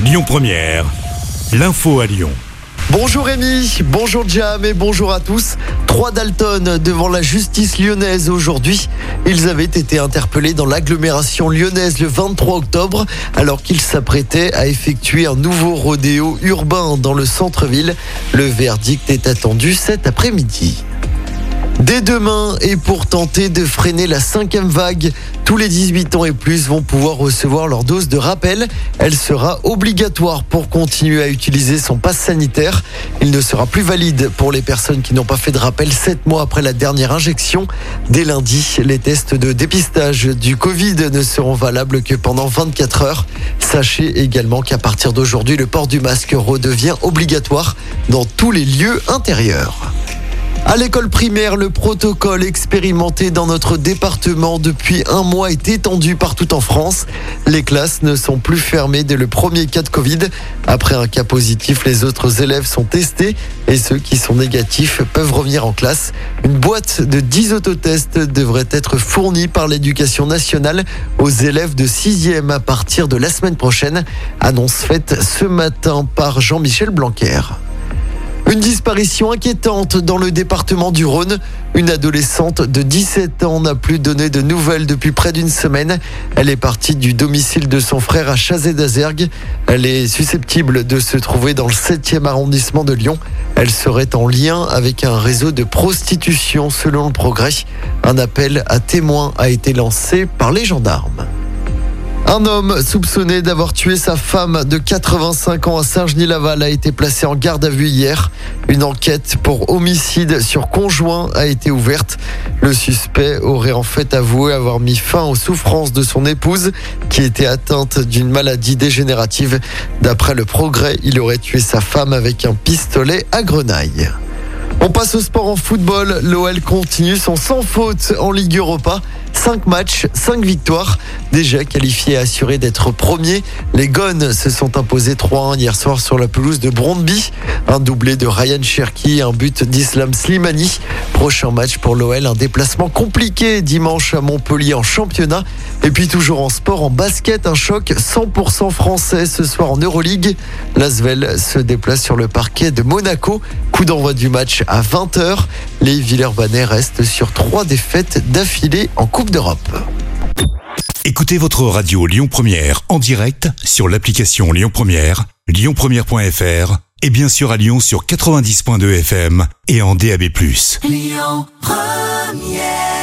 Lyon Première, l'info à Lyon. Bonjour Rémi, bonjour Jam et bonjour à tous. 3 Dalton devant la justice lyonnaise aujourd'hui. Ils avaient été interpellés dans l'agglomération lyonnaise le 23 octobre alors qu'ils s'apprêtaient à effectuer un nouveau rodéo urbain dans le centre-ville. Le verdict est attendu cet après-midi. Dès demain, et pour tenter de freiner la 5e vague, tous les 18 ans et plus vont pouvoir recevoir leur dose de rappel. Elle sera obligatoire pour continuer à utiliser son pass sanitaire. Il ne sera plus valide pour les personnes qui n'ont pas fait de rappel 7 mois après la dernière injection. Dès lundi, les tests de dépistage du Covid ne seront valables que pendant 24 heures. Sachez également qu'à partir d'aujourd'hui, le port du masque redevient obligatoire dans tous les lieux intérieurs. À l'école primaire, le protocole expérimenté dans notre département depuis un mois est étendu partout en France. Les classes ne sont plus fermées dès le premier cas de Covid. Après un cas positif, les autres élèves sont testés et ceux qui sont négatifs peuvent revenir en classe. Une boîte de 10 autotests devrait être fournie par l'Éducation nationale aux élèves de 6e à partir de la semaine prochaine. Annonce faite ce matin par Jean-Michel Blanquer. Une disparition inquiétante dans le département du Rhône. Une adolescente de 17 ans n'a plus donné de nouvelles depuis près d'une semaine. Elle est partie du domicile de son frère à Chazé-d'Azergues. Elle est susceptible de se trouver dans le 7e arrondissement de Lyon. Elle serait en lien avec un réseau de prostitution selon le Progrès. Un appel à témoins a été lancé par les gendarmes. Un homme soupçonné d'avoir tué sa femme de 85 ans à Saint-Genis-Laval a été placé en garde à vue hier. Une enquête pour homicide sur conjoint a été ouverte. Le suspect aurait en fait avoué avoir mis fin aux souffrances de son épouse qui était atteinte d'une maladie dégénérative. D'après le Progrès, il aurait tué sa femme avec un pistolet à grenaille. On passe au sport en football. L'OL continue son sans faute en Ligue Europa. 5 matchs, 5 victoires. Déjà qualifiés et assurés d'être premiers, les Gones se sont imposés 3-1 hier soir sur la pelouse de Brøndby. Un doublé de Ryan Cherki et un but d'Islam Slimani. Prochain match pour l'OL, un déplacement compliqué dimanche à Montpellier en championnat. Et puis toujours en sport, en basket, un choc 100% français ce soir en Euroleague. L'Asvel se déplace sur le parquet de Monaco. Coup d'envoi du match à 20h. Les Villeurbanais restent sur 3 défaites d'affilée en Coupe d'Europe. Écoutez votre radio Lyon Première en direct sur l'application Lyon Première, lyonpremière.fr et bien sûr à Lyon sur 90.2 FM et en DAB+. Lyon Première.